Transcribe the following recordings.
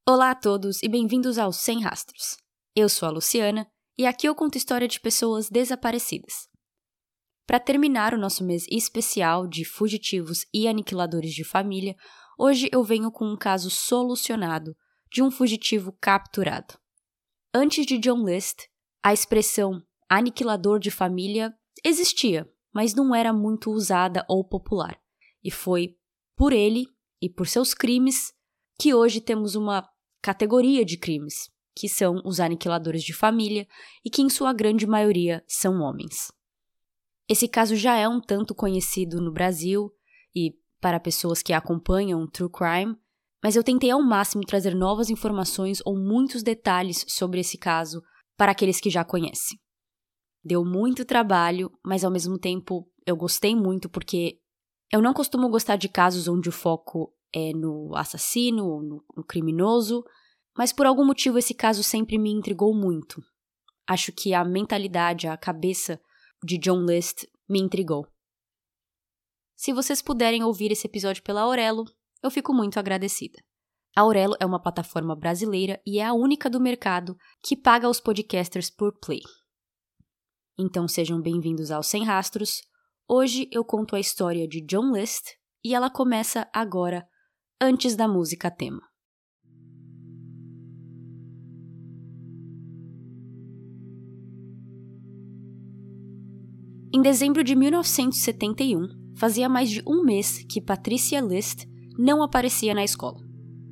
Olá a todos e bem-vindos ao Sem Rastros. Eu sou a Luciana e aqui eu conto história de pessoas desaparecidas. Para terminar o nosso mês especial de fugitivos e aniquiladores de família, hoje eu venho com um caso solucionado de um fugitivo capturado. Antes de John List, a expressão aniquilador de família existia, mas não era muito usada ou popular. E foi por ele e por seus crimes que hoje temos uma categoria de crimes, que são os aniquiladores de família e que em sua grande maioria são homens. Esse caso já é um tanto conhecido no Brasil e para pessoas que acompanham True Crime, mas eu tentei ao máximo trazer novas informações ou muitos detalhes sobre esse caso para aqueles que já conhecem. Deu muito trabalho, mas ao mesmo tempo eu gostei muito porque eu não costumo gostar de casos onde o foco é no assassino ou no criminoso, mas por algum motivo esse caso sempre me intrigou muito. Acho que a mentalidade, a cabeça de John List me intrigou. Se vocês puderem ouvir esse episódio pela Aurelo, eu fico muito agradecida. A Aurelo é uma plataforma brasileira e é a única do mercado que paga aos podcasters por play. Então sejam bem-vindos ao Sem Rastros. Hoje eu conto a história de John List e ela começa agora, antes da música tema. Em dezembro de 1971, fazia mais de um mês que Patricia List não aparecia na escola.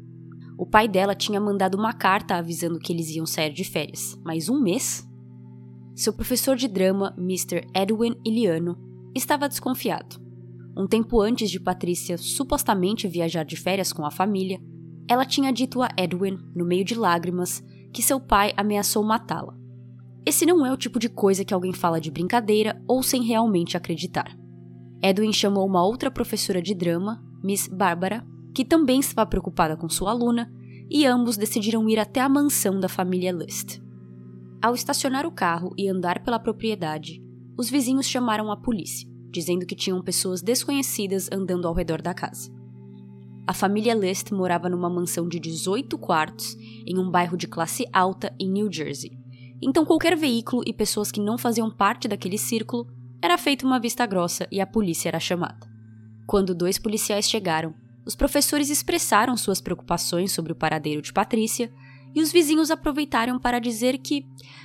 O pai dela tinha mandado uma carta avisando que eles iam sair de férias, mas um mês? Seu professor de drama, Mr. Edwin Iliano, estava desconfiado. Um tempo antes de Patricia supostamente viajar de férias com a família, ela tinha dito a Edwin, no meio de lágrimas, que seu pai ameaçou matá-la. Esse não é o tipo de coisa que alguém fala de brincadeira ou sem realmente acreditar. Edwin chamou uma outra professora de drama, Miss Barbara, que também estava preocupada com sua aluna, e ambos decidiram ir até a mansão da família List. Ao estacionar o carro e andar pela propriedade, os vizinhos chamaram a polícia, dizendo que tinham pessoas desconhecidas andando ao redor da casa. A família List morava numa mansão de 18 quartos em um bairro de classe alta em New Jersey. Então qualquer veículo e pessoas que não faziam parte daquele círculo era feita uma vista grossa e a polícia era chamada. Quando 2 policiais chegaram, os professores expressaram suas preocupações sobre o paradeiro de Patrícia e os vizinhos aproveitaram para dizer que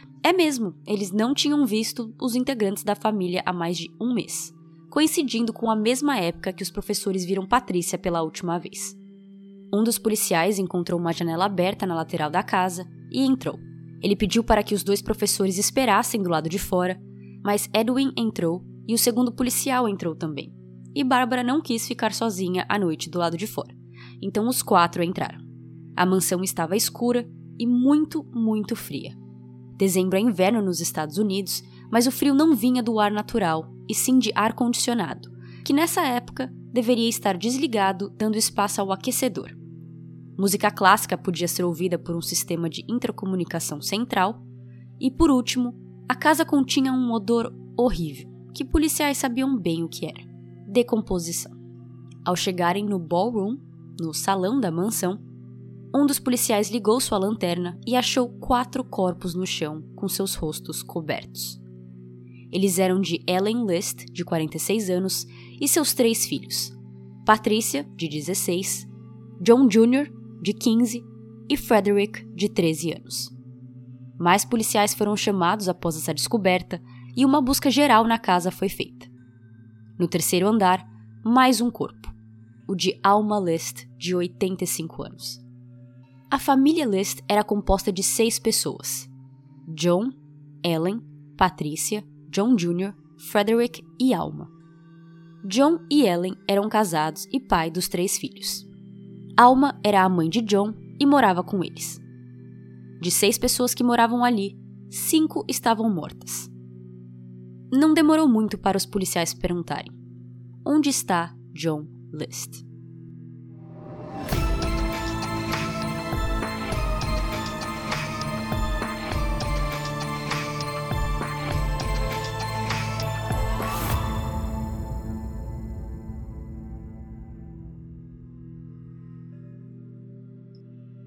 eles não tinham visto os integrantes da família há mais de um mês, coincidindo com a mesma época que os professores viram Patrícia pela última vez. Um dos policiais encontrou uma janela aberta na lateral da casa e entrou. Ele pediu para que os 2 professores esperassem do lado de fora, mas Edwin entrou e o segundo policial entrou também. E Bárbara não quis ficar sozinha à noite do lado de fora, então os 4 entraram. A mansão estava escura e muito, muito fria. Dezembro é inverno nos Estados Unidos, mas o frio não vinha do ar natural, e sim de ar-condicionado, que nessa época deveria estar desligado, dando espaço ao aquecedor. Música clássica podia ser ouvida por um sistema de intercomunicação central, e por último, a casa continha um odor horrível, que policiais sabiam bem o que era: decomposição. Ao chegarem no ballroom, no salão da mansão, um dos policiais ligou sua lanterna e achou 4 corpos no chão, com seus rostos cobertos. Eles eram de Ellen List, de 46 anos, e seus 3 filhos, Patricia, de 16, John Jr., de 15, e Frederick, de 13 anos. Mais policiais foram chamados após essa descoberta e uma busca geral na casa foi feita. No 3º andar, mais um corpo, o de Alma List, de 85 anos. A família List era composta de 6 pessoas: John, Ellen, Patricia, John Jr., Frederick e Alma. John e Ellen eram casados e pai dos 3 filhos. Alma era a mãe de John e morava com eles. De 6 pessoas que moravam ali, 5 estavam mortas. Não demorou muito para os policiais perguntarem: onde está John List?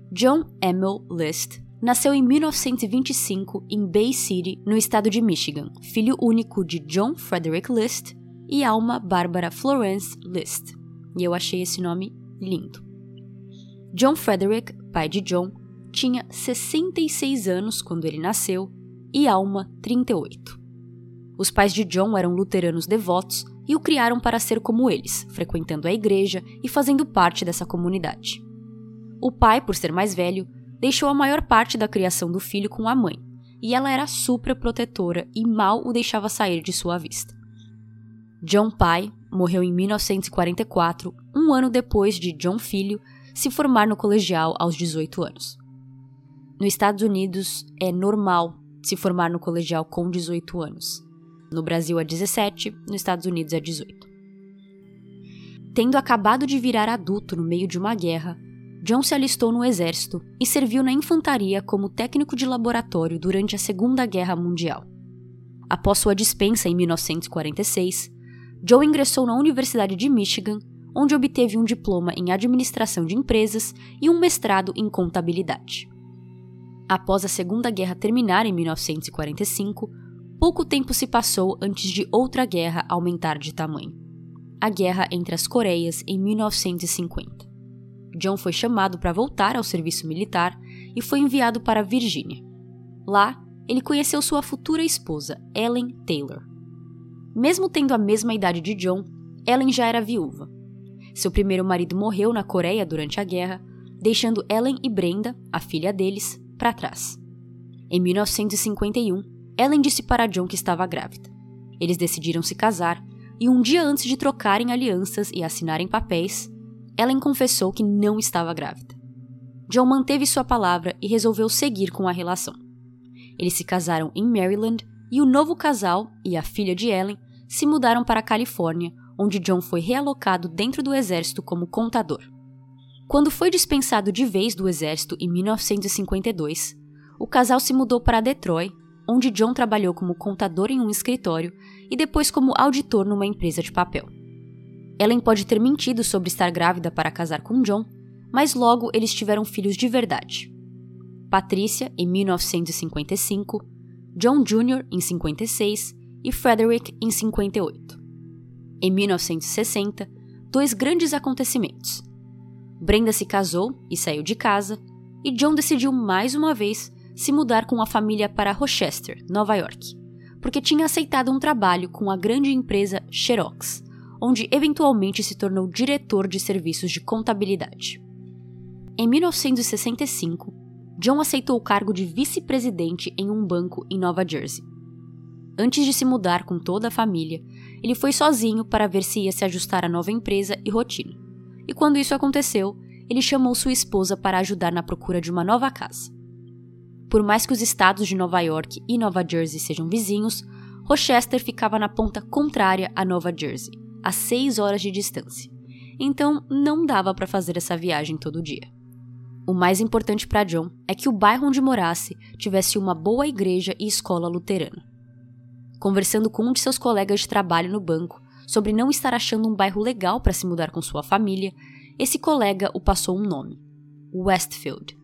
John Emil List nasceu em 1925 em Bay City, no estado de Michigan, filho único de John Frederick List e Alma Barbara Florence List. E eu achei esse nome lindo. John Frederick, pai de John, tinha 66 anos quando ele nasceu e Alma 38. Os pais de John eram luteranos devotos e o criaram para ser como eles, frequentando a igreja e fazendo parte dessa comunidade. O pai, por ser mais velho, deixou a maior parte da criação do filho com a mãe, e ela era super protetora e mal o deixava sair de sua vista. John pai morreu em 1944, um ano depois de John filho se formar no colegial aos 18 anos. Nos Estados Unidos, é normal se formar no colegial com 18 anos. No Brasil é 17, nos Estados Unidos é 18. Tendo acabado de virar adulto no meio de uma guerra, John se alistou no exército e serviu na infantaria como técnico de laboratório durante a Segunda Guerra Mundial. Após sua dispensa em 1946, John ingressou na Universidade de Michigan, onde obteve um diploma em administração de empresas e um mestrado em contabilidade. Após a Segunda Guerra terminar em 1945, pouco tempo se passou antes de outra guerra aumentar de tamanho. A Guerra entre as Coreias em 1950. John foi chamado para voltar ao serviço militar e foi enviado para Virgínia. Lá, ele conheceu sua futura esposa, Ellen Taylor. Mesmo tendo a mesma idade de John, Ellen já era viúva. Seu primeiro marido morreu na Coreia durante a guerra, deixando Ellen e Brenda, a filha deles, para trás. Em 1951, Ellen disse para John que estava grávida. Eles decidiram se casar e um dia antes de trocarem alianças e assinarem papéis, Ellen confessou que não estava grávida. John manteve sua palavra e resolveu seguir com a relação. Eles se casaram em Maryland e o novo casal e a filha de Ellen se mudaram para a Califórnia, onde John foi realocado dentro do exército como contador. Quando foi dispensado de vez do exército em 1952, o casal se mudou para Detroit, onde John trabalhou como contador em um escritório e depois como auditor numa empresa de papel. Ellen pode ter mentido sobre estar grávida para casar com John, mas logo eles tiveram filhos de verdade. Patrícia, em 1955, John Jr., em 56 e Frederick, em 58. Em 1960, dois grandes acontecimentos. Brenda se casou e saiu de casa, e John decidiu mais uma vez se mudar com a família para Rochester, Nova York, porque tinha aceitado um trabalho com a grande empresa Xerox, onde eventualmente se tornou diretor de serviços de contabilidade. Em 1965, John aceitou o cargo de vice-presidente em um banco em Nova Jersey. Antes de se mudar com toda a família, ele foi sozinho para ver se ia se ajustar à nova empresa e rotina. E quando isso aconteceu, ele chamou sua esposa para ajudar na procura de uma nova casa. Por mais que os estados de Nova York e Nova Jersey sejam vizinhos, Rochester ficava na ponta contrária a Nova Jersey, a 6 horas de distância. Então, não dava para fazer essa viagem todo dia. O mais importante para John é que o bairro onde morasse tivesse uma boa igreja e escola luterana. Conversando com um de seus colegas de trabalho no banco sobre não estar achando um bairro legal para se mudar com sua família, esse colega o passou um nome: Westfield.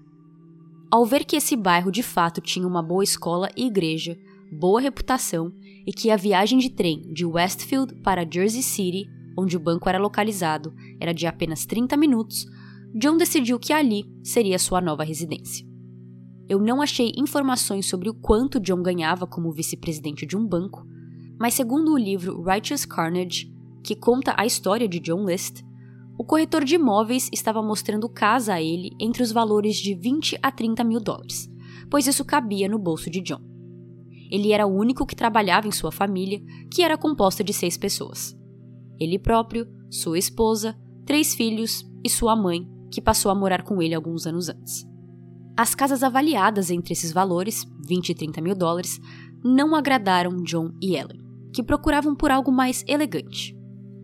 Ao ver que esse bairro de fato tinha uma boa escola e igreja, boa reputação e que a viagem de trem de Westfield para Jersey City, onde o banco era localizado, era de apenas 30 minutos, John decidiu que ali seria sua nova residência. Eu não achei informações sobre o quanto John ganhava como vice-presidente de um banco, mas segundo o livro Righteous Carnage, que conta a história de John List, o corretor de imóveis estava mostrando casa a ele entre os valores de 20 a 30 mil dólares, pois isso cabia no bolso de John. Ele era o único que trabalhava em sua família, que era composta de 6 pessoas. Ele próprio, sua esposa, 3 filhos e sua mãe, que passou a morar com ele alguns anos antes. As casas avaliadas entre esses valores, 20 e 30 mil dólares, não agradaram John e Ellen, que procuravam por algo mais elegante.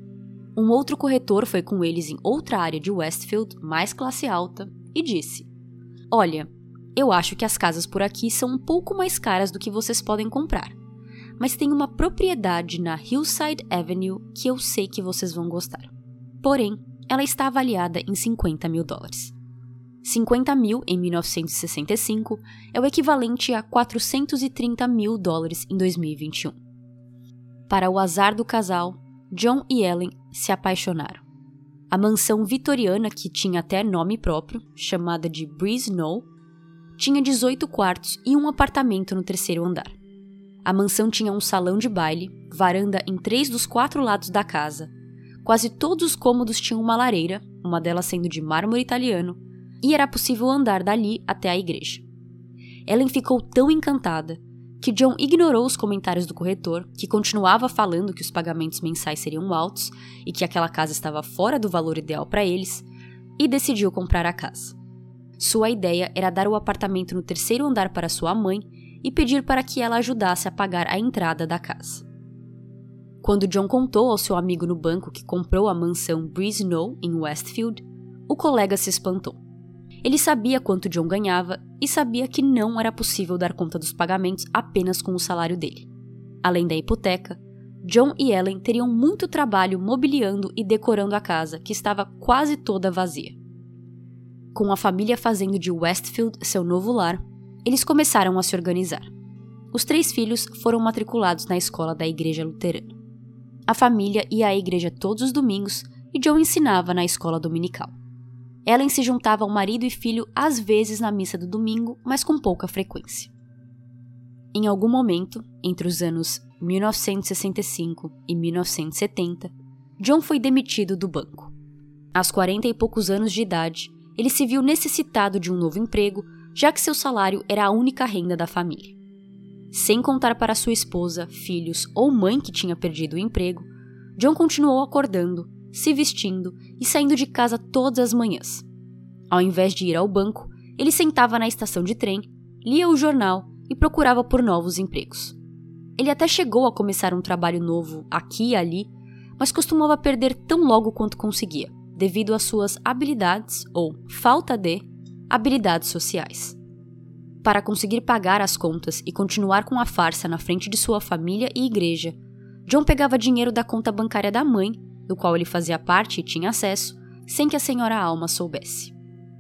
Um outro corretor foi com eles em outra área de Westfield, mais classe alta, e disse: "Olha, eu acho que as casas por aqui são um pouco mais caras do que vocês podem comprar, mas tem uma propriedade na Hillside Avenue que eu sei que vocês vão gostar. Porém, ela está avaliada em 50 mil dólares. 50 mil em 1965 é o equivalente a 430 mil dólares em 2021. Para o azar do casal, John e Ellen se apaixonaram. A mansão vitoriana, que tinha até nome próprio, chamada de Breeze Knoll, tinha 18 quartos e um apartamento no 3º andar. A mansão tinha um salão de baile, varanda em 3 dos 4 lados da casa. Quase todos os cômodos tinham uma lareira, uma delas sendo de mármore italiano, e era possível andar dali até a igreja. Ellen ficou tão encantada que John ignorou os comentários do corretor, que continuava falando que os pagamentos mensais seriam altos e que aquela casa estava fora do valor ideal para eles, e decidiu comprar a casa. Sua ideia era dar o apartamento no 3º andar para sua mãe e pedir para que ela ajudasse a pagar a entrada da casa. Quando John contou ao seu amigo no banco que comprou a mansão Breeze Knoll em Westfield, o colega se espantou. Ele sabia quanto John ganhava e sabia que não era possível dar conta dos pagamentos apenas com o salário dele. Além da hipoteca, John e Ellen teriam muito trabalho mobiliando e decorando a casa, que estava quase toda vazia. Com a família fazendo de Westfield seu novo lar, eles começaram a se organizar. Os 3 filhos foram matriculados na escola da igreja luterana. A família ia à igreja todos os domingos e John ensinava na escola dominical. Ellen se juntava ao marido e filho às vezes na missa do domingo, mas com pouca frequência. Em algum momento, entre os anos 1965 e 1970, John foi demitido do banco. Aos 40 e poucos anos de idade, ele se viu necessitado de um novo emprego, já que seu salário era a única renda da família. Sem contar para sua esposa, filhos ou mãe que tinha perdido o emprego, John continuou acordando, se vestindo e saindo de casa todas as manhãs. Ao invés de ir ao banco, ele sentava na estação de trem, lia o jornal e procurava por novos empregos. Ele até chegou a começar um trabalho novo aqui e ali, mas costumava perder tão logo quanto conseguia, devido às suas habilidades, ou falta de, habilidades sociais. Para conseguir pagar as contas e continuar com a farsa na frente de sua família e igreja, John pegava dinheiro da conta bancária da mãe, do qual ele fazia parte e tinha acesso, sem que a senhora Alma soubesse.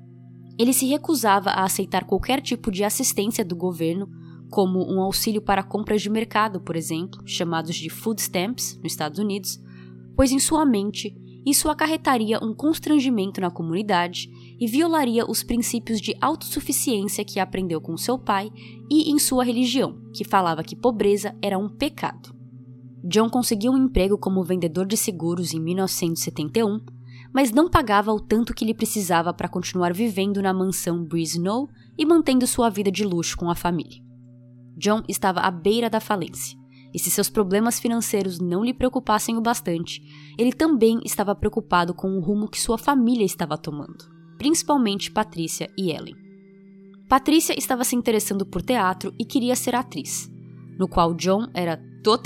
Ele se recusava a aceitar qualquer tipo de assistência do governo, como um auxílio para compras de mercado, por exemplo, chamados de food stamps nos Estados Unidos, pois em sua mente isso acarretaria um constrangimento na comunidade e violaria os princípios de autossuficiência que aprendeu com seu pai e em sua religião, que falava que pobreza era um pecado. John conseguiu um emprego como vendedor de seguros em 1971, mas não pagava o tanto que ele precisava para continuar vivendo na mansão Breeze Knoll e mantendo sua vida de luxo com a família. John estava à beira da falência, e se seus problemas financeiros não lhe preocupassem o bastante, ele também estava preocupado com o rumo que sua família estava tomando, principalmente Patrícia e Ellen. Patrícia estava se interessando por teatro e queria ser atriz, no qual John era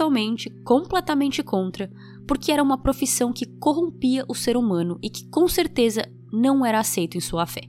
completamente contra, porque era uma profissão que corrompia o ser humano e que com certeza não era aceito em sua fé.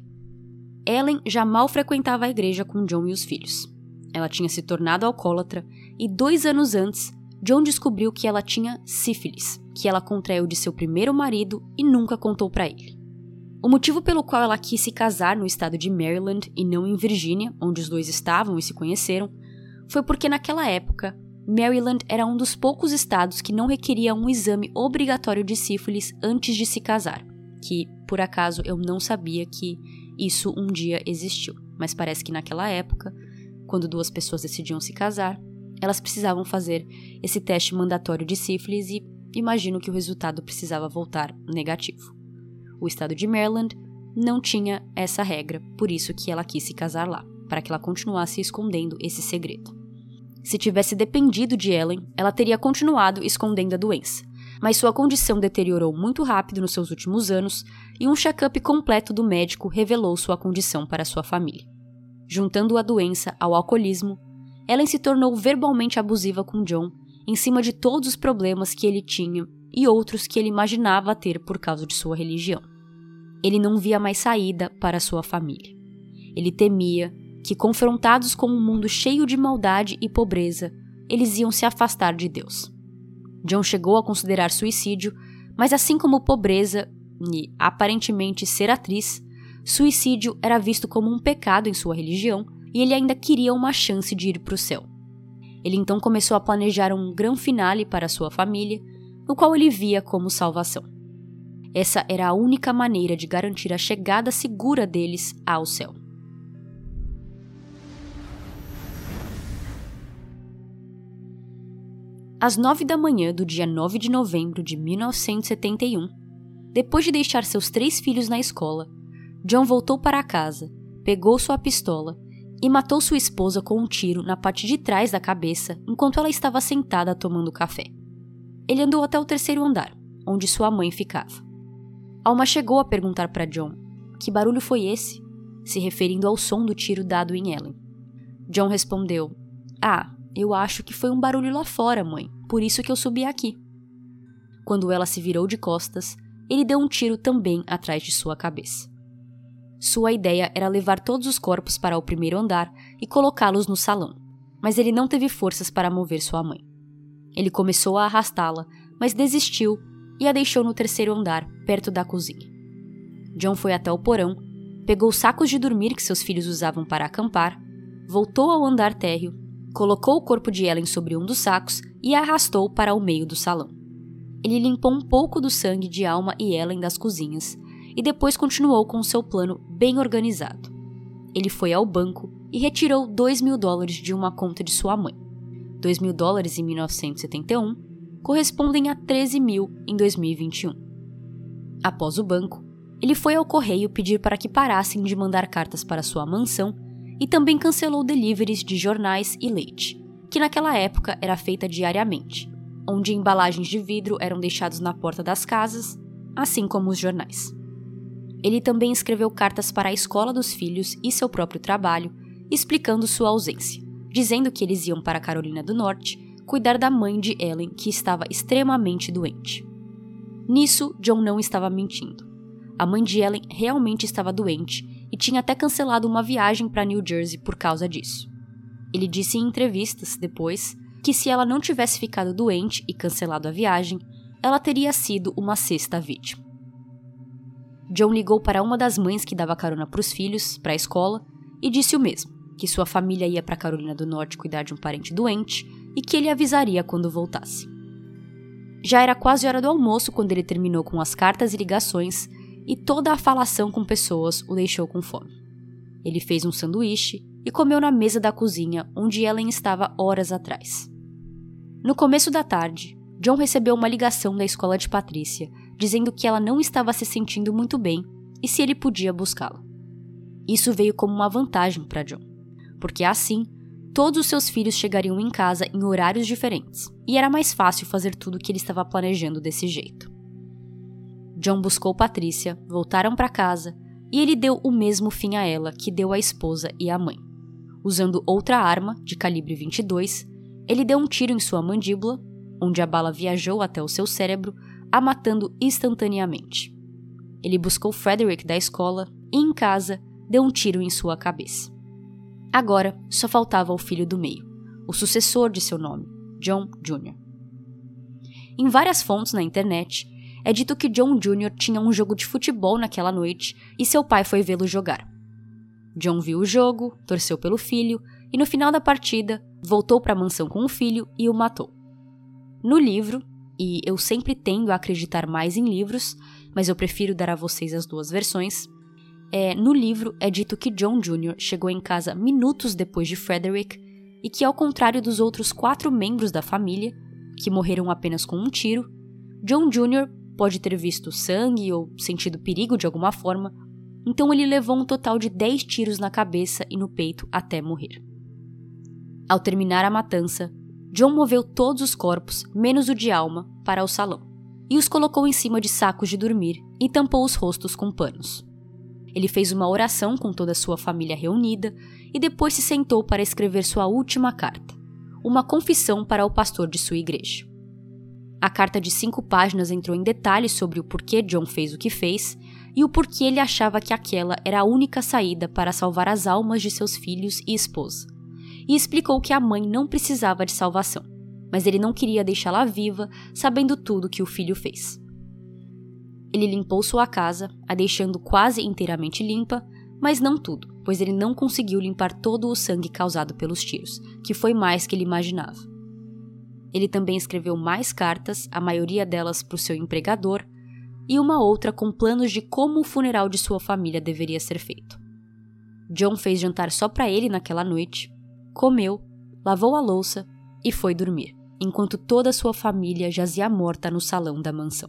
Ellen já mal frequentava a igreja com John e os filhos. Ela tinha se tornado alcoólatra e 2 anos antes, John descobriu que ela tinha sífilis, que ela contraiu de seu primeiro marido e nunca contou para ele. O motivo pelo qual ela quis se casar no estado de Maryland e não em Virgínia, onde os dois estavam e se conheceram, foi porque naquela época, Maryland era um dos poucos estados que não requeria um exame obrigatório de sífilis antes de se casar, que, por acaso, eu não sabia que isso um dia existiu, mas parece que naquela época, quando 2 pessoas decidiam se casar, elas precisavam fazer esse teste mandatório de sífilis e imagino que o resultado precisava voltar negativo. O estado de Maryland não tinha essa regra, por isso que ela quis se casar lá, para que ela continuasse escondendo esse segredo. Se tivesse dependido de Ellen, ela teria continuado escondendo a doença, mas sua condição deteriorou muito rápido nos seus últimos anos e um check-up completo do médico revelou sua condição para sua família. Juntando a doença ao alcoolismo, Ellen se tornou verbalmente abusiva com John, em cima de todos os problemas que ele tinha e outros que ele imaginava ter por causa de sua religião. Ele não via mais saída para sua família. Ele temia que, confrontados com um mundo cheio de maldade e pobreza, eles iam se afastar de Deus. John chegou a considerar suicídio, mas assim como pobreza e, aparentemente, ser atriz, suicídio era visto como um pecado em sua religião e ele ainda queria uma chance de ir para o céu. Ele então começou a planejar um grande finale para sua família, no qual ele via como salvação. Essa era a única maneira de garantir a chegada segura deles ao céu. Às 9 da manhã do dia 9 de novembro de 1971, depois de deixar seus 3 filhos na escola, John voltou para casa, pegou sua pistola e matou sua esposa com um tiro na parte de trás da cabeça enquanto ela estava sentada tomando café. Ele andou até o 3º andar, onde sua mãe ficava. Alma chegou a perguntar para John que barulho foi esse, se referindo ao som do tiro dado em Ellen. John respondeu: eu acho que foi um barulho lá fora, mãe, por isso que eu subi aqui. Quando ela se virou de costas, ele deu um tiro também atrás de sua cabeça. Sua ideia era levar todos os corpos para o 1º andar e colocá-los no salão, mas ele não teve forças para mover sua mãe. Ele começou a arrastá-la, mas desistiu e a deixou no 3º andar, perto da cozinha. John foi até o porão, pegou os sacos de dormir que seus filhos usavam para acampar, voltou ao andar térreo, colocou o corpo de Ellen sobre um dos sacos e a arrastou para o meio do salão. Ele limpou um pouco do sangue de Alma e Ellen das cozinhas e depois continuou com seu plano bem organizado. Ele foi ao banco e retirou $2.000 de uma conta de sua mãe. $2.000 em 1971 correspondem a $13.000 em 2021. Após o banco, ele foi ao correio pedir para que parassem de mandar cartas para sua mansão e também cancelou deliveries de jornais e leite, que naquela época era feita diariamente, onde embalagens de vidro eram deixados na porta das casas, assim como os jornais. Ele também escreveu cartas para a escola dos filhos e seu próprio trabalho, explicando sua ausência, dizendo que eles iam para a Carolina do Norte cuidar da mãe de Ellen, que estava extremamente doente. Nisso, John não estava mentindo. A mãe de Ellen realmente estava doente e tinha até cancelado uma viagem para New Jersey por causa disso. Ele disse em entrevistas, depois, que se ela não tivesse ficado doente e cancelado a viagem, ela teria sido uma 6ª vítima. John ligou para uma das mães que dava carona para os filhos, para a escola, e disse o mesmo, que sua família ia para a Carolina do Norte cuidar de um parente doente e que ele avisaria quando voltasse. Já era quase hora do almoço quando ele terminou com as cartas e ligações e toda a falação com pessoas o deixou com fome. Ele fez um sanduíche e comeu na mesa da cozinha onde Ellen estava horas atrás. No começo da tarde, John recebeu uma ligação da escola de Patrícia dizendo que ela não estava se sentindo muito bem e se ele podia buscá-la. Isso veio como uma vantagem para John, porque assim, todos os seus filhos chegariam em casa em horários diferentes, e era mais fácil fazer tudo o que ele estava planejando desse jeito. John buscou Patrícia, voltaram para casa, e ele deu o mesmo fim a ela que deu à esposa e à mãe. Usando outra arma, de calibre 22, ele deu um tiro em sua mandíbula, onde a bala viajou até o seu cérebro, a matando instantaneamente. Ele buscou Frederick da escola e, em casa, deu um tiro em sua cabeça. Agora, só faltava o filho do meio, o sucessor de seu nome, John Jr. Em várias fontes na internet, é dito que John Jr. tinha um jogo de futebol naquela noite e seu pai foi vê-lo jogar. John viu o jogo, torceu pelo filho e no final da partida voltou para a mansão com o filho e o matou. No livro, e eu sempre tendo a acreditar mais em livros, mas eu prefiro dar a vocês as duas versões, no livro é dito que John Jr. chegou em casa minutos depois de Frederick e que, ao contrário dos outros 4 membros da família, que morreram apenas com um tiro, John Jr. pode ter visto sangue ou sentido perigo de alguma forma, então ele levou um total de 10 tiros na cabeça e no peito até morrer. Ao terminar a matança, John moveu todos os corpos, menos o de Alma, para o salão, e os colocou em cima de sacos de dormir e tampou os rostos com panos. Ele fez uma oração com toda a sua família reunida e depois se sentou para escrever sua última carta, uma confissão para o pastor de sua igreja. A carta de 5 páginas entrou em detalhes sobre o porquê John fez o que fez e o porquê ele achava que aquela era a única saída para salvar as almas de seus filhos e esposa, e explicou que a mãe não precisava de salvação, mas ele não queria deixá-la viva sabendo tudo que o filho fez. Ele limpou sua casa, a deixando quase inteiramente limpa, mas não tudo, pois ele não conseguiu limpar todo o sangue causado pelos tiros, que foi mais que ele imaginava. Ele também escreveu mais cartas, a maioria delas para o seu empregador, e uma outra com planos de como o funeral de sua família deveria ser feito. John fez jantar só para ele naquela noite, comeu, lavou a louça e foi dormir, enquanto toda a sua família jazia morta no salão da mansão.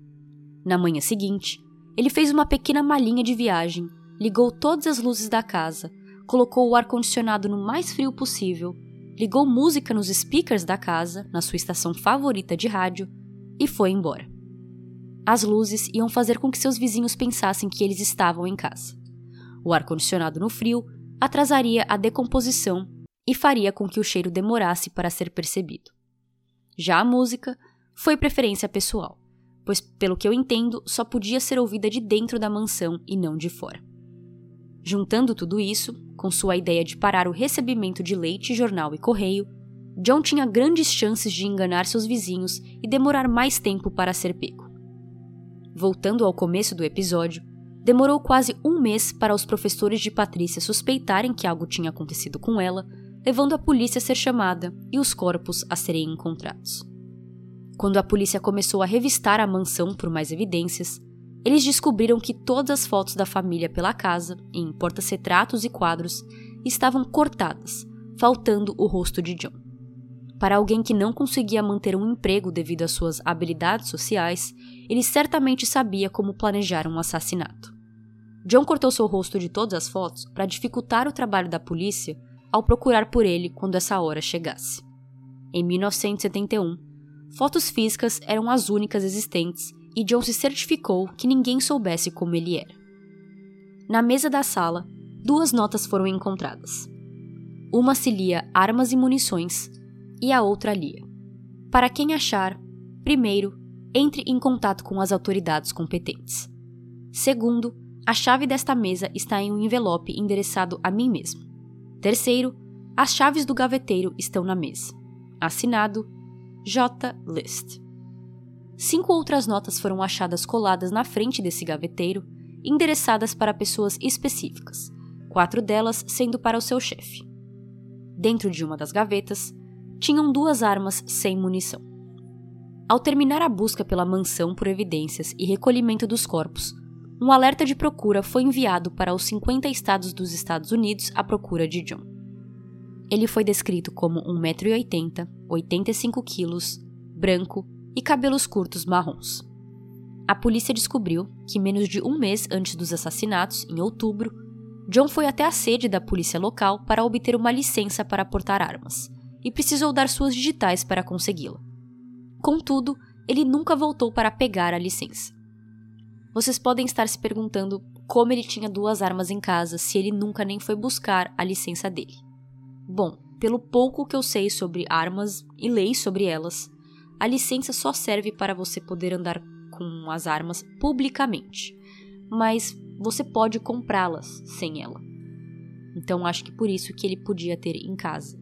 Na manhã seguinte, ele fez uma pequena malinha de viagem, ligou todas as luzes da casa, colocou o ar-condicionado no mais frio possível, ligou música nos speakers da casa, na sua estação favorita de rádio, e foi embora. As luzes iam fazer com que seus vizinhos pensassem que eles estavam em casa. O ar-condicionado no frio atrasaria a decomposição e faria com que o cheiro demorasse para ser percebido. Já a música foi preferência pessoal, pois, pelo que eu entendo, só podia ser ouvida de dentro da mansão e não de fora. Juntando tudo isso, com sua ideia de parar o recebimento de leite, jornal e correio, John tinha grandes chances de enganar seus vizinhos e demorar mais tempo para ser pego. Voltando ao começo do episódio, demorou quase um mês para os professores de Patrícia suspeitarem que algo tinha acontecido com ela, levando a polícia a ser chamada e os corpos a serem encontrados. Quando a polícia começou a revistar a mansão por mais evidências, eles descobriram que todas as fotos da família pela casa, em porta-retratos e quadros, estavam cortadas, faltando o rosto de John. Para alguém que não conseguia manter um emprego devido às suas habilidades sociais, ele certamente sabia como planejar um assassinato. John cortou seu rosto de todas as fotos para dificultar o trabalho da polícia ao procurar por ele quando essa hora chegasse. Em 1971, fotos físicas eram as únicas existentes e John se certificou que ninguém soubesse como ele era. Na mesa da sala, 2 notas foram encontradas. Uma se lia armas e munições e a outra lia: para quem achar, primeiro, entre em contato com as autoridades competentes. Segundo, a chave desta mesa está em um envelope endereçado a mim mesmo. Terceiro, as chaves do gaveteiro estão na mesa. Assinado, J. List. 5 outras notas foram achadas coladas na frente desse gaveteiro, endereçadas para pessoas específicas, 4 delas sendo para o seu chefe. Dentro de uma das gavetas, tinham 2 armas sem munição. Ao terminar a busca pela mansão por evidências e recolhimento dos corpos, um alerta de procura foi enviado para os 50 estados dos Estados Unidos à procura de John. Ele foi descrito como 1,80 m, 85 quilos, branco e cabelos curtos marrons. A polícia descobriu que menos de um mês antes dos assassinatos, em outubro, John foi até a sede da polícia local para obter uma licença para portar armas, e precisou dar suas digitais para consegui-la. Contudo, ele nunca voltou para pegar a licença. Vocês podem estar se perguntando como ele tinha 2 armas em casa se ele nunca nem foi buscar a licença dele. Bom, pelo pouco que eu sei sobre armas e leis sobre elas, a licença só serve para você poder andar com as armas publicamente, mas você pode comprá-las sem ela. Então acho que por isso que ele podia ter em casa.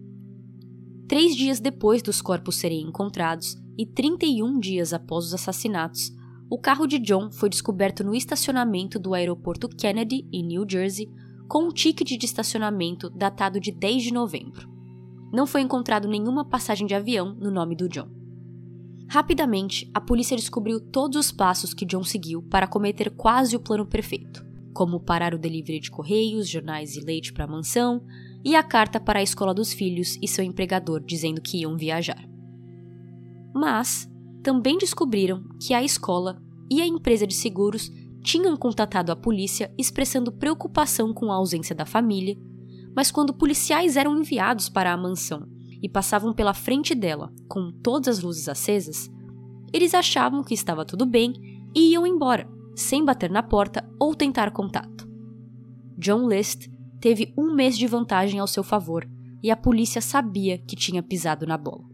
3 dias depois dos corpos serem encontrados e 31 dias após os assassinatos, o carro de John foi descoberto no estacionamento do aeroporto Kennedy, em New Jersey, com um ticket de estacionamento datado de 10 de novembro. Não foi encontrado nenhuma passagem de avião no nome do John. Rapidamente, a polícia descobriu todos os passos que John seguiu para cometer quase o plano perfeito, como parar o delivery de correios, jornais e leite para a mansão, e a carta para a escola dos filhos e seu empregador dizendo que iam viajar. Mas também descobriram que a escola e a empresa de seguros tinham contatado a polícia expressando preocupação com a ausência da família, mas quando policiais eram enviados para a mansão e passavam pela frente dela com todas as luzes acesas, eles achavam que estava tudo bem e iam embora, sem bater na porta ou tentar contato. John List teve um mês de vantagem ao seu favor e a polícia sabia que tinha pisado na bola.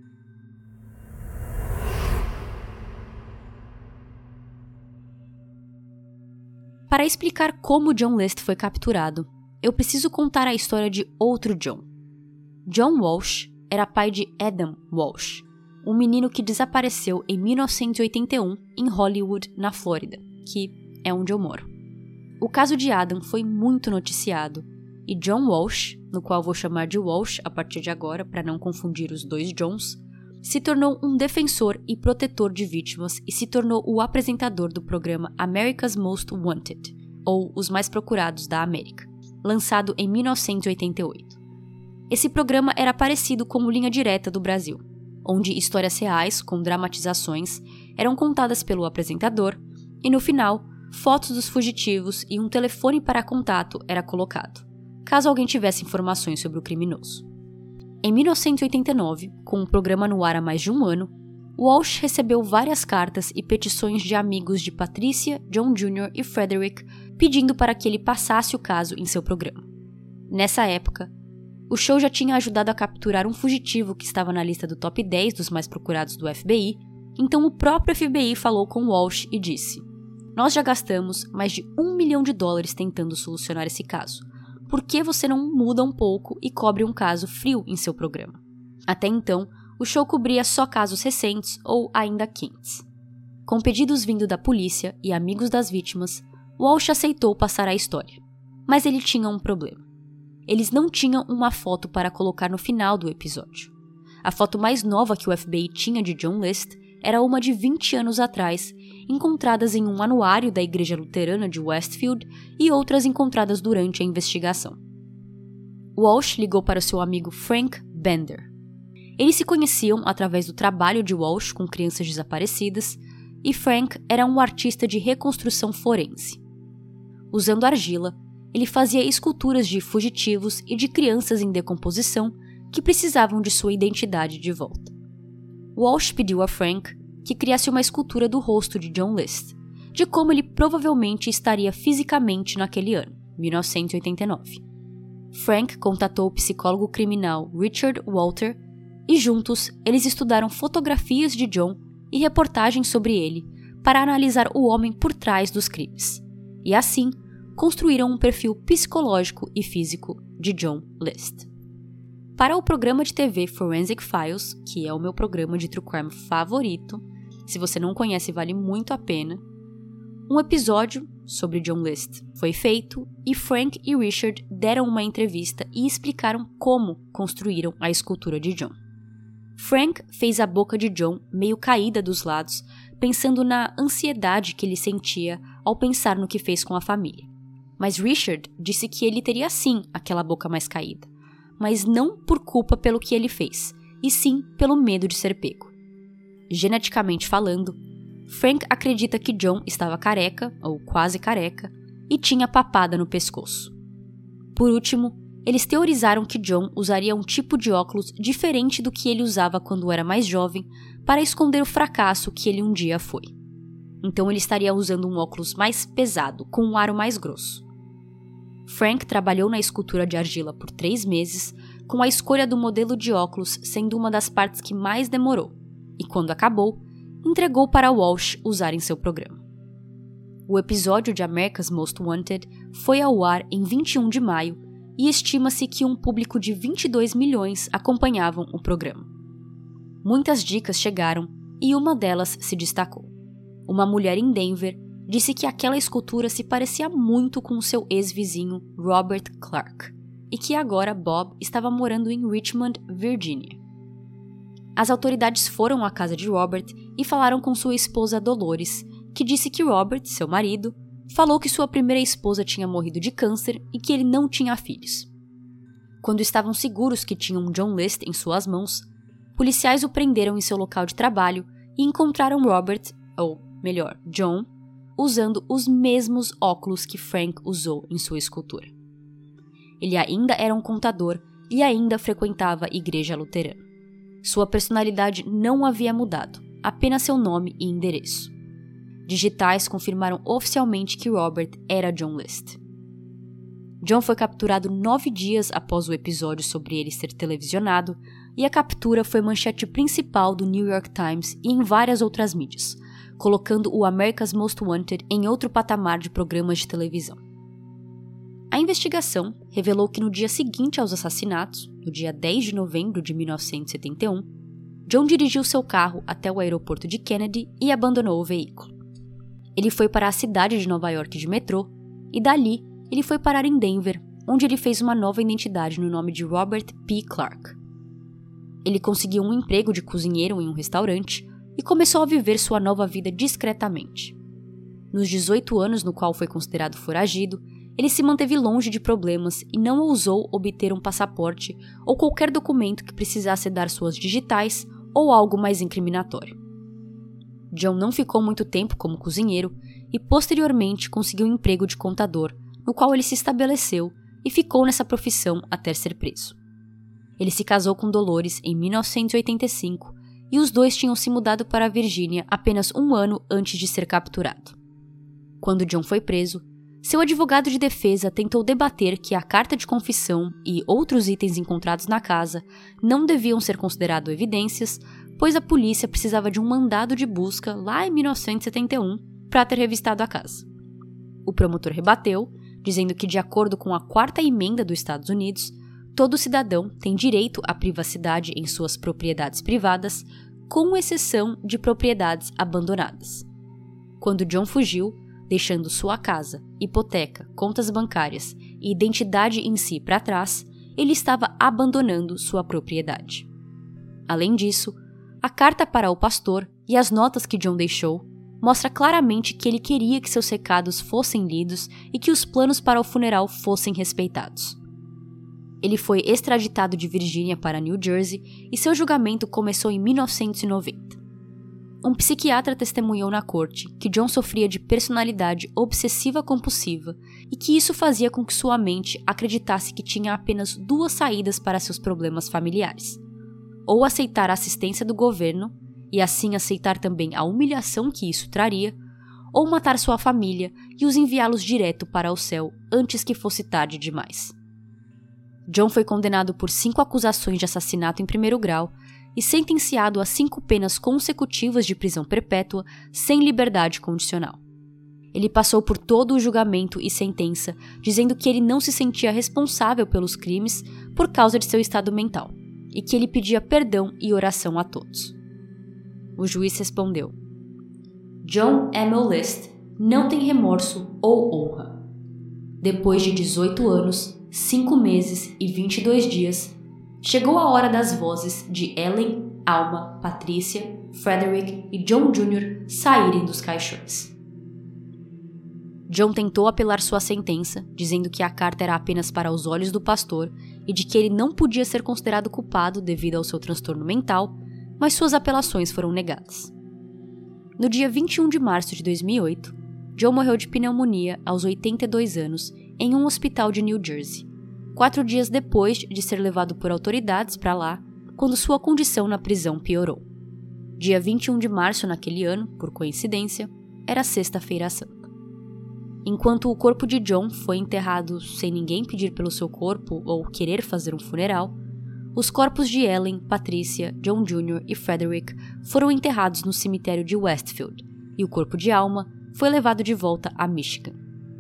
Para explicar como John List foi capturado, eu preciso contar a história de outro John. John Walsh era pai de Adam Walsh, um menino que desapareceu em 1981 em Hollywood, na Flórida, que é onde eu moro. O caso de Adam foi muito noticiado e John Walsh, no qual vou chamar de Walsh a partir de agora para não confundir os dois Johns, se tornou um defensor e protetor de vítimas e se tornou o apresentador do programa America's Most Wanted, ou Os Mais Procurados da América, lançado em 1988. Esse programa era parecido com o Linha Direta do Brasil, onde histórias reais, com dramatizações, eram contadas pelo apresentador e, no final, fotos dos fugitivos e um telefone para contato era colocado, caso alguém tivesse informações sobre o criminoso. Em 1989, com o programa no ar há mais de um ano, Walsh recebeu várias cartas e petições de amigos de Patricia, John Jr. e Frederick pedindo para que ele passasse o caso em seu programa. Nessa época, o show já tinha ajudado a capturar um fugitivo que estava na lista do top 10 dos mais procurados do FBI, então o próprio FBI falou com Walsh e disse: "Nós já gastamos mais de $1 milhão tentando solucionar esse caso. Por que você não muda um pouco e cobre um caso frio em seu programa?" Até então, o show cobria só casos recentes ou ainda quentes. Com pedidos vindo da polícia e amigos das vítimas, Walsh aceitou passar a história. Mas ele tinha um problema. Eles não tinham uma foto para colocar no final do episódio. A foto mais nova que o FBI tinha de John List era uma de 20 anos atrás, encontradas em um anuário da Igreja Luterana de Westfield e outras encontradas durante a investigação. Walsh ligou para o seu amigo Frank Bender. Eles se conheciam através do trabalho de Walsh com crianças desaparecidas e Frank era um artista de reconstrução forense. Usando argila, ele fazia esculturas de fugitivos e de crianças em decomposição que precisavam de sua identidade de volta. Walsh pediu a Frank que criasse uma escultura do rosto de John List, de como ele provavelmente estaria fisicamente naquele ano, 1989. Frank contatou o psicólogo criminal Richard Walter e juntos eles estudaram fotografias de John e reportagens sobre ele para analisar o homem por trás dos crimes. E assim, construíram um perfil psicológico e físico de John List. Para o programa de TV Forensic Files, que é o meu programa de true crime favorito, se você não conhece vale muito a pena, um episódio sobre John List foi feito e Frank e Richard deram uma entrevista e explicaram como construíram a escultura de John. Frank fez a boca de John meio caída dos lados, pensando na ansiedade que ele sentia ao pensar no que fez com a família. Mas Richard disse que ele teria sim aquela boca mais caída, mas não por culpa pelo que ele fez, e sim pelo medo de ser pego. Geneticamente falando, Frank acredita que John estava careca, ou quase careca, e tinha papada no pescoço. Por último, eles teorizaram que John usaria um tipo de óculos diferente do que ele usava quando era mais jovem para esconder o fracasso que ele um dia foi. Então ele estaria usando um óculos mais pesado, com um aro mais grosso. Frank trabalhou na escultura de argila por 3 meses, com a escolha do modelo de óculos sendo uma das partes que mais demorou, e quando acabou, entregou para Walsh usar em seu programa. O episódio de America's Most Wanted foi ao ar em 21 de maio e estima-se que um público de 22 milhões acompanhavam o programa. Muitas dicas chegaram e uma delas se destacou. Uma mulher em Denver disse que aquela escultura se parecia muito com seu ex-vizinho Robert Clark e que agora Bob estava morando em Richmond, Virgínia. As autoridades foram à casa de Robert e falaram com sua esposa Dolores, que disse que Robert, seu marido, falou que sua primeira esposa tinha morrido de câncer e que ele não tinha filhos. Quando estavam seguros que tinham John List em suas mãos, policiais o prenderam em seu local de trabalho e encontraram Robert, ou melhor, John, usando os mesmos óculos que Frank usou em sua escultura. Ele ainda era um contador e ainda frequentava a igreja luterana. Sua personalidade não havia mudado, apenas seu nome e endereço. Digitais confirmaram oficialmente que Robert era John List. John foi capturado 9 dias após o episódio sobre ele ser televisionado, e a captura foi manchete principal do New York Times e em várias outras mídias, colocando o America's Most Wanted em outro patamar de programas de televisão. A investigação revelou que no dia seguinte aos assassinatos, no dia 10 de novembro de 1971, John dirigiu seu carro até o aeroporto de Kennedy e abandonou o veículo. Ele foi para a cidade de Nova York de metrô e dali ele foi parar em Denver, onde ele fez uma nova identidade no nome de Robert P. Clark. Ele conseguiu um emprego de cozinheiro em um restaurante e começou a viver sua nova vida discretamente. Nos 18 anos no qual foi considerado foragido, ele se manteve longe de problemas e não ousou obter um passaporte ou qualquer documento que precisasse dar suas digitais ou algo mais incriminatório. John não ficou muito tempo como cozinheiro e posteriormente conseguiu um emprego de contador, no qual ele se estabeleceu e ficou nessa profissão até ser preso. Ele se casou com Dolores em 1985 e os dois tinham se mudado para a Virgínia apenas um ano antes de ser capturado. Quando John foi preso, seu advogado de defesa tentou debater que a carta de confissão e outros itens encontrados na casa não deviam ser considerados evidências, pois a polícia precisava de um mandado de busca lá em 1971 para ter revistado a casa. O promotor rebateu, dizendo que, de acordo com a 4ª emenda dos Estados Unidos, todo cidadão tem direito à privacidade em suas propriedades privadas, com exceção de propriedades abandonadas. Quando John fugiu, deixando sua casa, hipoteca, contas bancárias e identidade em si para trás, ele estava abandonando sua propriedade. Além disso, a carta para o pastor e as notas que John deixou mostra claramente que ele queria que seus recados fossem lidos e que os planos para o funeral fossem respeitados. Ele foi extraditado de Virgínia para New Jersey e seu julgamento começou em 1990. Um psiquiatra testemunhou na corte que John sofria de personalidade obsessiva-compulsiva e que isso fazia com que sua mente acreditasse que tinha apenas 2 saídas para seus problemas familiares: ou aceitar a assistência do governo, e assim aceitar também a humilhação que isso traria, ou matar sua família e os enviá-los direto para o céu antes que fosse tarde demais. John foi condenado por 5 acusações de assassinato em 1º grau e sentenciado a 5 penas consecutivas de prisão perpétua sem liberdade condicional. Ele passou por todo o julgamento e sentença, dizendo que ele não se sentia responsável pelos crimes por causa de seu estado mental, e que ele pedia perdão e oração a todos. O juiz respondeu: John M. List não tem remorso ou honra. Depois de 18 anos, 5 meses e 22 dias, chegou a hora das vozes de Ellen, Alma, Patrícia, Frederick e John Jr. saírem dos caixões. John tentou apelar sua sentença, dizendo que a carta era apenas para os olhos do pastor e de que ele não podia ser considerado culpado devido ao seu transtorno mental, mas suas apelações foram negadas. No dia 21 de março de 2008, John morreu de pneumonia aos 82 anos em um hospital de New Jersey, 4 dias depois de ser levado por autoridades para lá, quando sua condição na prisão piorou. Dia 21 de março naquele ano, por coincidência, era Sexta-feira Santa. Enquanto o corpo de John foi enterrado sem ninguém pedir pelo seu corpo ou querer fazer um funeral, os corpos de Ellen, Patrícia, John Jr. e Frederick foram enterrados no cemitério de Westfield, e o corpo de Alma foi levado de volta a Michigan.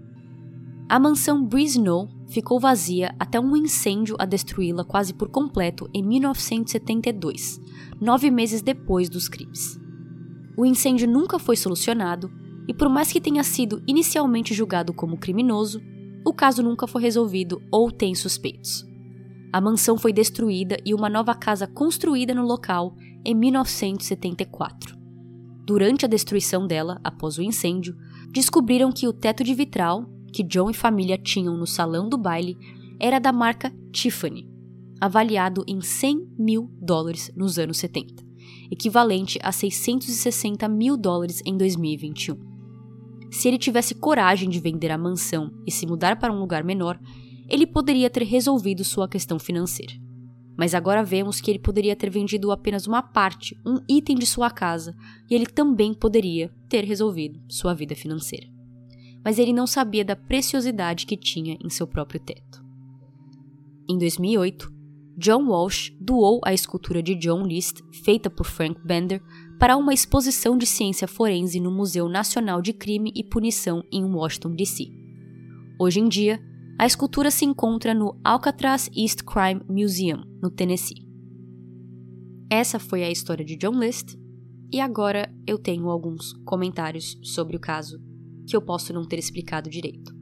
A mansão Breeze Knoll ficou vazia até um incêndio a destruí-la quase por completo em 1972, 9 meses depois dos crimes. O incêndio nunca foi solucionado e, por mais que tenha sido inicialmente julgado como criminoso, o caso nunca foi resolvido ou tem suspeitos. A mansão foi destruída e uma nova casa construída no local em 1974. Durante a destruição dela, após o incêndio, descobriram que o teto de vitral que John e família tinham no salão do baile era da marca Tiffany, avaliado em $100 mil nos anos 70, equivalente a $660 mil em 2021. Se ele tivesse coragem de vender a mansão e se mudar para um lugar menor, ele poderia ter resolvido sua questão financeira. Mas agora vemos que ele poderia ter vendido apenas uma parte, um item de sua casa, e ele também poderia ter resolvido sua vida financeira. Mas ele não sabia da preciosidade que tinha em seu próprio teto. Em 2008, John Walsh doou a escultura de John List, feita por Frank Bender, para uma exposição de ciência forense no Museu Nacional de Crime e Punição em Washington, D.C. Hoje em dia, a escultura se encontra no Alcatraz East Crime Museum, no Tennessee. Essa foi a história de John List, e agora eu tenho alguns comentários sobre o caso que eu posso não ter explicado direito.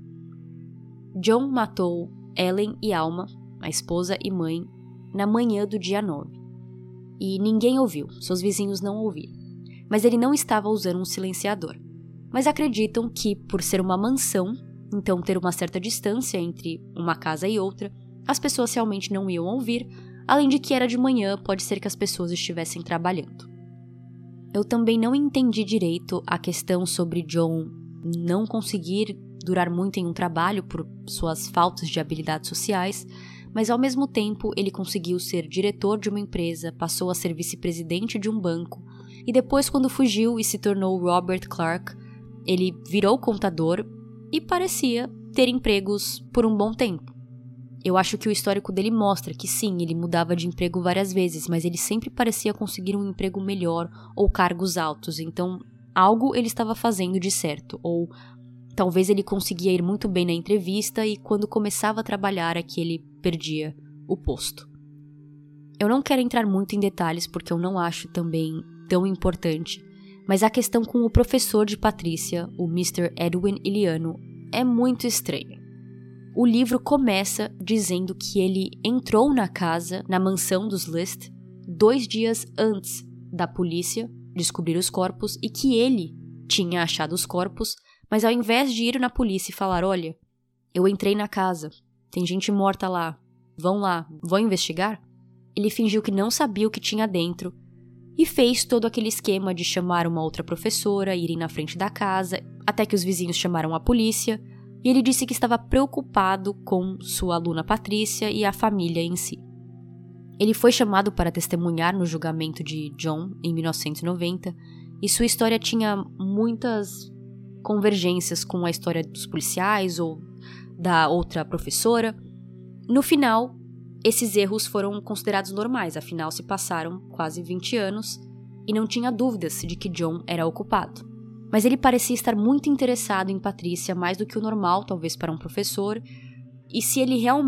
John matou Ellen e Alma, a esposa e mãe, na manhã do dia 9. E ninguém ouviu, seus vizinhos não ouviram. Mas ele não estava usando um silenciador. Mas acreditam que, por ser uma mansão, então ter uma certa distância entre uma casa e outra, as pessoas realmente não iam ouvir, além de que era de manhã, pode ser que as pessoas estivessem trabalhando. Eu também não entendi direito a questão sobre John não conseguir durar muito em um trabalho por suas faltas de habilidades sociais, mas ao mesmo tempo ele conseguiu ser diretor de uma empresa, passou a ser vice-presidente de um banco, e depois, quando fugiu e se tornou Robert Clark, ele virou contador e parecia ter empregos por um bom tempo. Eu acho que o histórico dele mostra que sim, ele mudava de emprego várias vezes, mas ele sempre parecia conseguir um emprego melhor ou cargos altos, então algo ele estava fazendo de certo, ou talvez ele conseguia ir muito bem na entrevista e quando começava a trabalhar é que ele perdia o posto. Eu não quero entrar muito em detalhes porque eu não acho também tão importante, mas a questão com o professor de Patrícia, o Mr. Edwin Iliano, é muito estranha. O livro começa dizendo que ele entrou na casa, na mansão dos List, 2 dias antes da polícia descobrir os corpos e que ele tinha achado os corpos, mas ao invés de ir na polícia e falar, olha, eu entrei na casa, tem gente morta lá, vão investigar? Ele fingiu que não sabia o que tinha dentro e fez todo aquele esquema de chamar uma outra professora, irem na frente da casa, até que os vizinhos chamaram a polícia, e ele disse que estava preocupado com sua aluna Patrícia e a família em si. Ele foi chamado para testemunhar no julgamento de John em 1990, e sua história tinha muitas convergências com a história dos policiais ou da outra professora. No final, esses erros foram considerados normais, afinal se passaram quase 20 anos e não tinha dúvidas de que John era o culpado. Mas ele parecia estar muito interessado em Patrícia, mais do que o normal, talvez para um professor, e se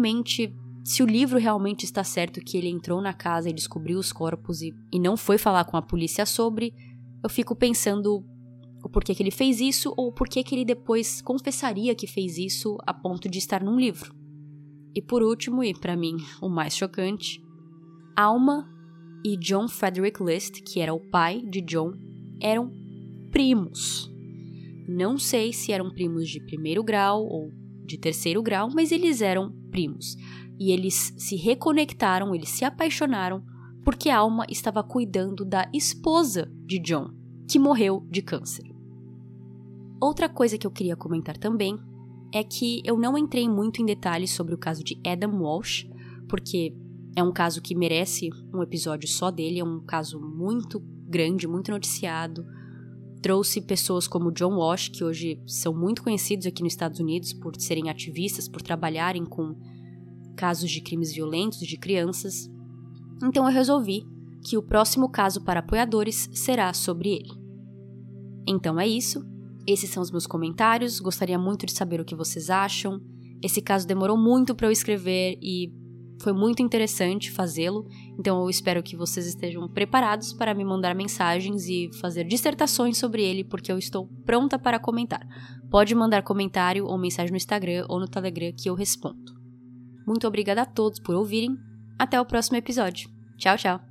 o livro realmente está certo que ele entrou na casa e descobriu os corpos e não foi falar com a polícia sobre, eu fico pensando o porquê que ele fez isso ou o porquê que ele depois confessaria que fez isso a ponto de estar num livro. E por último, e para mim o mais chocante, Alma e John Frederick List, que era o pai de John, eram primos. Não sei se eram primos de 1º grau ou de 3º grau, mas eles eram primos. E eles se reconectaram, eles se apaixonaram porque Alma estava cuidando da esposa de John, que morreu de câncer. Outra coisa que eu queria comentar também é que eu não entrei muito em detalhes sobre o caso de Adam Walsh, porque é um caso que merece um episódio só dele, é um caso muito grande, muito noticiado. Trouxe pessoas como John Walsh, que hoje são muito conhecidos aqui nos Estados Unidos por serem ativistas, por trabalharem com casos de crimes violentos de crianças. Então eu resolvi que o próximo caso para apoiadores será sobre ele. Então é isso. Esses são os meus comentários, gostaria muito de saber o que vocês acham. Esse caso demorou muito para eu escrever e foi muito interessante fazê-lo, então eu espero que vocês estejam preparados para me mandar mensagens e fazer dissertações sobre ele, porque eu estou pronta para comentar. Pode mandar comentário ou mensagem no Instagram ou no Telegram que eu respondo. Muito obrigada a todos por ouvirem. Até o próximo episódio. Tchau, tchau!